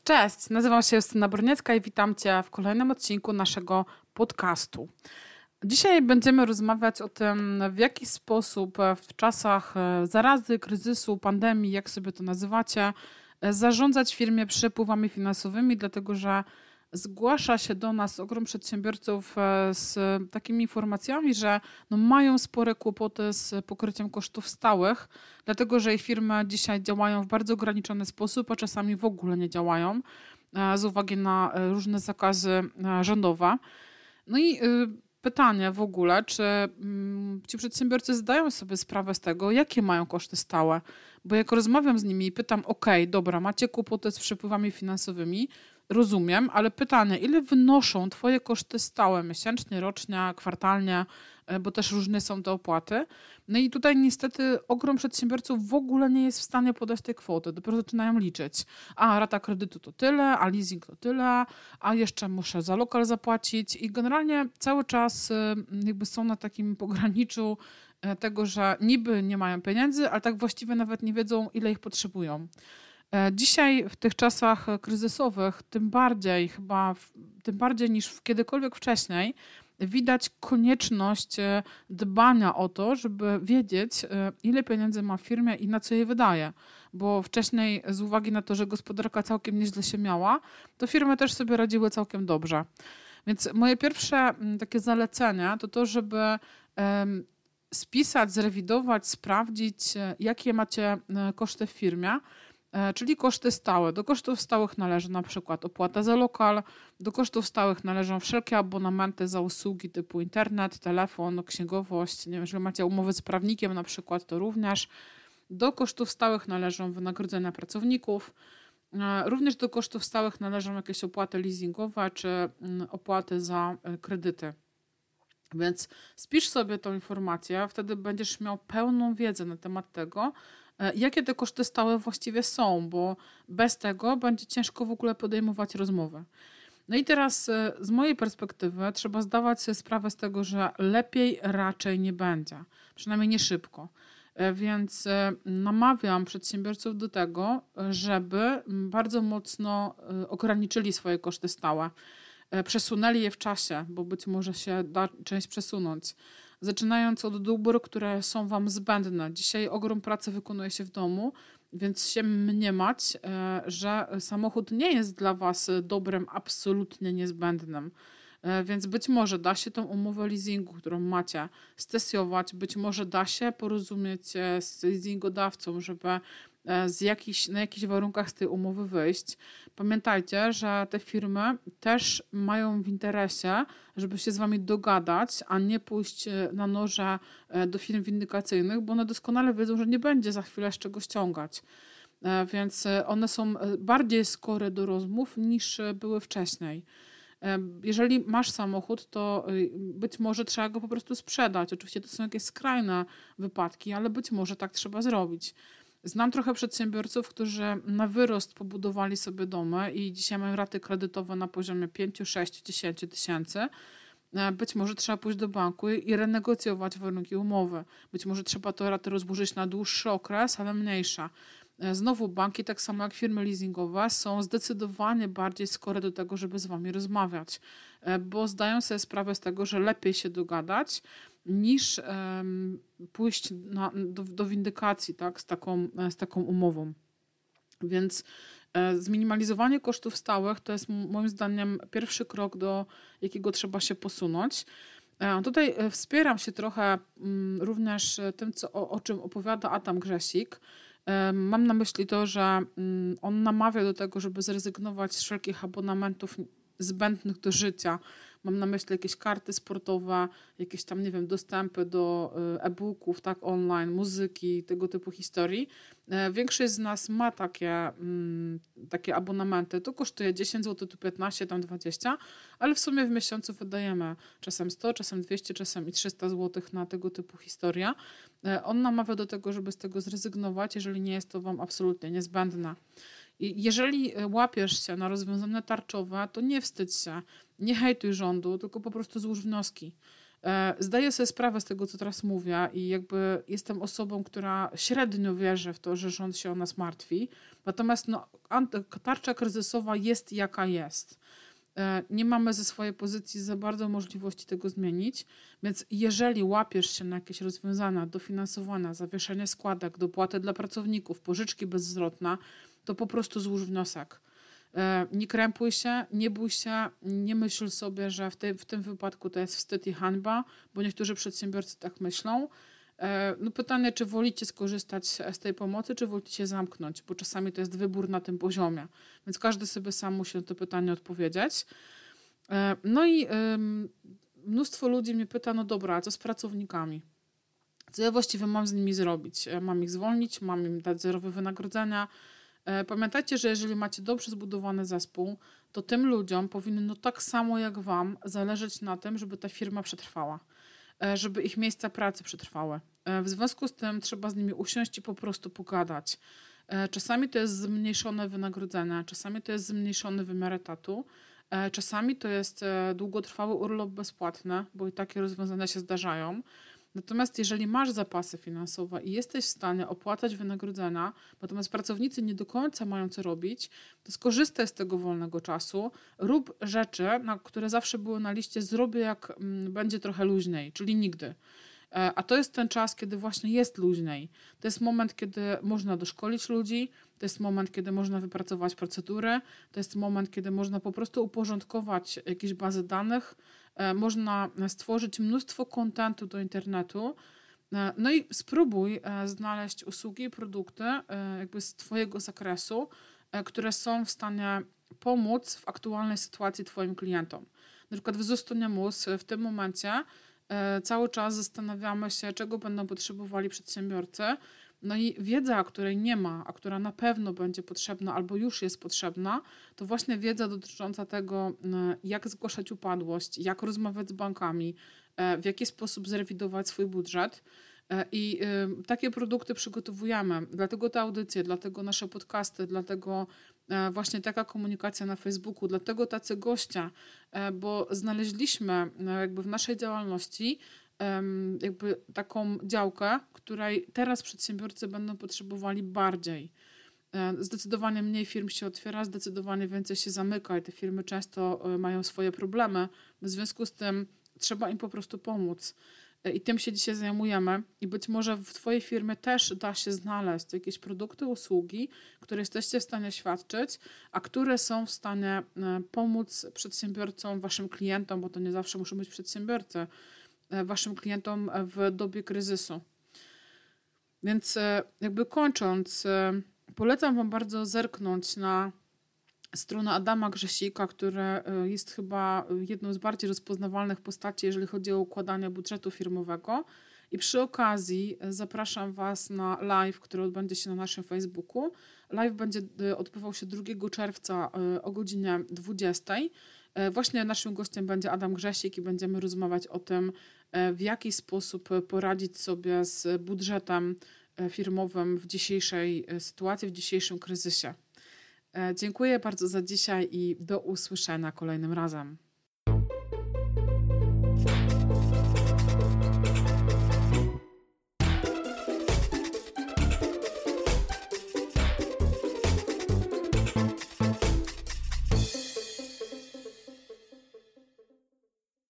Cześć, nazywam się Justyna Broniecka i witam Cię w kolejnym odcinku naszego podcastu. Dzisiaj będziemy rozmawiać o tym, w jaki sposób w czasach zarazy, kryzysu, pandemii, jak sobie to nazywacie, zarządzać w firmie przepływami finansowymi, dlatego że zgłasza się do nas ogrom przedsiębiorców z takimi informacjami, że mają spore kłopoty z pokryciem kosztów stałych, dlatego że ich firmy dzisiaj działają w bardzo ograniczony sposób, a czasami w ogóle nie działają z uwagi na różne zakazy rządowe. No i pytanie w ogóle, czy ci przedsiębiorcy zdają sobie sprawę z tego, jakie mają koszty stałe? Bo jak rozmawiam z nimi i pytam, dobra, macie kłopoty z przepływami finansowymi, rozumiem, ale pytanie, ile wynoszą Twoje koszty stałe miesięcznie, rocznie, kwartalnie, bo też różne są te opłaty. No i tutaj niestety ogrom przedsiębiorców w ogóle nie jest w stanie podać tej kwoty. Dopiero zaczynają liczyć. A rata kredytu to tyle, a leasing to tyle, a jeszcze muszę za lokal zapłacić. I generalnie cały czas jakby są na takim pograniczu tego, że niby nie mają pieniędzy, ale tak właściwie nawet nie wiedzą, ile ich potrzebują. Dzisiaj w tych czasach kryzysowych, tym bardziej niż kiedykolwiek wcześniej, widać konieczność dbania o to, żeby wiedzieć, ile pieniędzy ma w firmie i na co je wydaje. Bo wcześniej z uwagi na to, że gospodarka całkiem nieźle się miała, to firmy też sobie radziły całkiem dobrze. Więc moje pierwsze takie zalecenie to, żeby spisać, zrewidować, sprawdzić, jakie macie koszty w firmie, czyli koszty stałe. Do kosztów stałych należy na przykład opłata za lokal, do kosztów stałych należą wszelkie abonamenty za usługi typu internet, telefon, księgowość. Nie wiem, jeżeli macie umowy z prawnikiem na przykład, to również. Do kosztów stałych należą wynagrodzenia pracowników. Również do kosztów stałych należą jakieś opłaty leasingowe czy opłaty za kredyty. Więc spisz sobie tą informację, wtedy będziesz miał pełną wiedzę na temat tego, jakie te koszty stałe właściwie są, bo bez tego będzie ciężko w ogóle podejmować rozmowy. No i teraz z mojej perspektywy trzeba zdawać sobie sprawę z tego, że lepiej raczej nie będzie, przynajmniej nie szybko. Więc namawiam przedsiębiorców do tego, żeby bardzo mocno ograniczyli swoje koszty stałe. Przesunęli je w czasie, bo być może się da część przesunąć. Zaczynając od dóbr, które są Wam zbędne. Dzisiaj ogrom pracy wykonuje się w domu, więc się mniemać, że samochód nie jest dla Was dobrem absolutnie niezbędnym. Więc być może da się tą umowę leasingu, którą macie, stesjować. Być może da się porozumieć z leasingodawcą, żeby na jakichś warunkach z tej umowy wyjść. Pamiętajcie, że te firmy też mają w interesie, żeby się z Wami dogadać, a nie pójść na noże do firm windykacyjnych, bo one doskonale wiedzą, że nie będzie za chwilę z czego ściągać. Więc one są bardziej skore do rozmów niż były wcześniej. Jeżeli masz samochód, to być może trzeba go po prostu sprzedać. Oczywiście to są jakieś skrajne wypadki, ale być może tak trzeba zrobić. Znam trochę przedsiębiorców, którzy na wyrost pobudowali sobie domy i dzisiaj mają raty kredytowe na poziomie 5, 6, 10 tysięcy. Być może trzeba pójść do banku i renegocjować warunki umowy. Być może trzeba te raty rozłożyć na dłuższy okres, ale mniejsza. Znowu banki, tak samo jak firmy leasingowe, są zdecydowanie bardziej skore do tego, żeby z Wami rozmawiać, bo zdają sobie sprawę z tego, że lepiej się dogadać niż pójść do windykacji, tak, z taką umową. Więc zminimalizowanie kosztów stałych to jest moim zdaniem pierwszy krok, do jakiego trzeba się posunąć. Tutaj wspieram się trochę również tym, o czym opowiada Adam Grzesik. Mam na myśli to, że on namawia do tego, żeby zrezygnować z wszelkich abonamentów zbędnych do życia. Mam na myśli jakieś karty sportowe, jakieś tam, nie wiem, dostępy do e-booków, tak, online, muzyki, tego typu historii. Większość z nas ma takie abonamenty. To kosztuje 10 zł, tu 15, tam 20, ale w sumie w miesiącu wydajemy czasem 100, czasem 200, czasem i 300 zł na tego typu historia. On namawia do tego, żeby z tego zrezygnować, jeżeli nie jest to Wam absolutnie niezbędne. Jeżeli łapiesz się na rozwiązania tarczowe, to nie wstydź się, nie hejtuj rządu, tylko po prostu złóż wnioski. Zdaję sobie sprawę z tego, co teraz mówię i jakby jestem osobą, która średnio wierzy w to, że rząd się o nas martwi. Natomiast tarcza kryzysowa jest jaka jest. Nie mamy ze swojej pozycji za bardzo możliwości tego zmienić, więc jeżeli łapiesz się na jakieś rozwiązania, dofinansowania, zawieszenie składek, dopłaty dla pracowników, pożyczki bezzwrotne, to po prostu złóż wniosek. Nie krępuj się, nie bój się, nie myśl sobie, że w tym wypadku to jest wstyd i hańba, bo niektórzy przedsiębiorcy tak myślą. No pytanie, czy wolicie skorzystać z tej pomocy, czy wolicie się zamknąć, bo czasami to jest wybór na tym poziomie, więc każdy sobie sam musi na to pytanie odpowiedzieć. No i mnóstwo ludzi mnie pyta, no dobra, a co z pracownikami? Co ja właściwie mam z nimi zrobić? Mam ich zwolnić, mam im dać zerowe wynagrodzenia. Pamiętajcie, że jeżeli macie dobrze zbudowany zespół, to tym ludziom powinno tak samo jak wam zależeć na tym, żeby ta firma przetrwała, żeby ich miejsca pracy przetrwały. W związku z tym trzeba z nimi usiąść i po prostu pogadać. Czasami to jest zmniejszone wynagrodzenie, czasami to jest zmniejszony wymiar etatu, czasami to jest długotrwały urlop bezpłatny, bo i takie rozwiązania się zdarzają. Natomiast jeżeli masz zapasy finansowe i jesteś w stanie opłacać wynagrodzenia, natomiast pracownicy nie do końca mają co robić, to skorzystaj z tego wolnego czasu, rób rzeczy, które zawsze były na liście, zrobię jak będzie trochę luźniej, czyli nigdy. A to jest ten czas, kiedy właśnie jest luźniej. To jest moment, kiedy można doszkolić ludzi, to jest moment, kiedy można wypracować procedury, to jest moment, kiedy można po prostu uporządkować jakieś bazy danych, można stworzyć mnóstwo kontentu do internetu. No i spróbuj znaleźć usługi i produkty jakby z twojego zakresu, które są w stanie pomóc w aktualnej sytuacji twoim klientom. Na przykład w Zustoniemus w tym momencie cały czas zastanawiamy się, czego będą potrzebowali przedsiębiorcy. No i wiedza, której nie ma, a która na pewno będzie potrzebna albo już jest potrzebna, to właśnie wiedza dotycząca tego, jak zgłaszać upadłość, jak rozmawiać z bankami, w jaki sposób zrewidować swój budżet. I takie produkty przygotowujemy. Dlatego te audycje, dlatego nasze podcasty, dlatego właśnie taka komunikacja na Facebooku, dlatego tacy goście, bo znaleźliśmy jakby w naszej działalności jakby taką działkę, której teraz przedsiębiorcy będą potrzebowali bardziej. Zdecydowanie mniej firm się otwiera, zdecydowanie więcej się zamyka i te firmy często mają swoje problemy. W związku z tym trzeba im po prostu pomóc. I tym się dzisiaj zajmujemy. I być może w twojej firmie też da się znaleźć jakieś produkty, usługi, które jesteście w stanie świadczyć, a które są w stanie pomóc przedsiębiorcom, waszym klientom, bo to nie zawsze muszą być przedsiębiorcy, waszym klientom w dobie kryzysu. Więc jakby kończąc, polecam wam bardzo zerknąć na stronę Adama Grzesika, który jest chyba jedną z bardziej rozpoznawalnych postaci, jeżeli chodzi o układanie budżetu firmowego. I przy okazji zapraszam was na live, który odbędzie się na naszym Facebooku. Live będzie odbywał się 2 czerwca o godzinie 20. Właśnie naszym gościem będzie Adam Grzesik i będziemy rozmawiać o tym, w jaki sposób poradzić sobie z budżetem firmowym w dzisiejszej sytuacji, w dzisiejszym kryzysie. Dziękuję bardzo za dzisiaj i do usłyszenia kolejnym razem.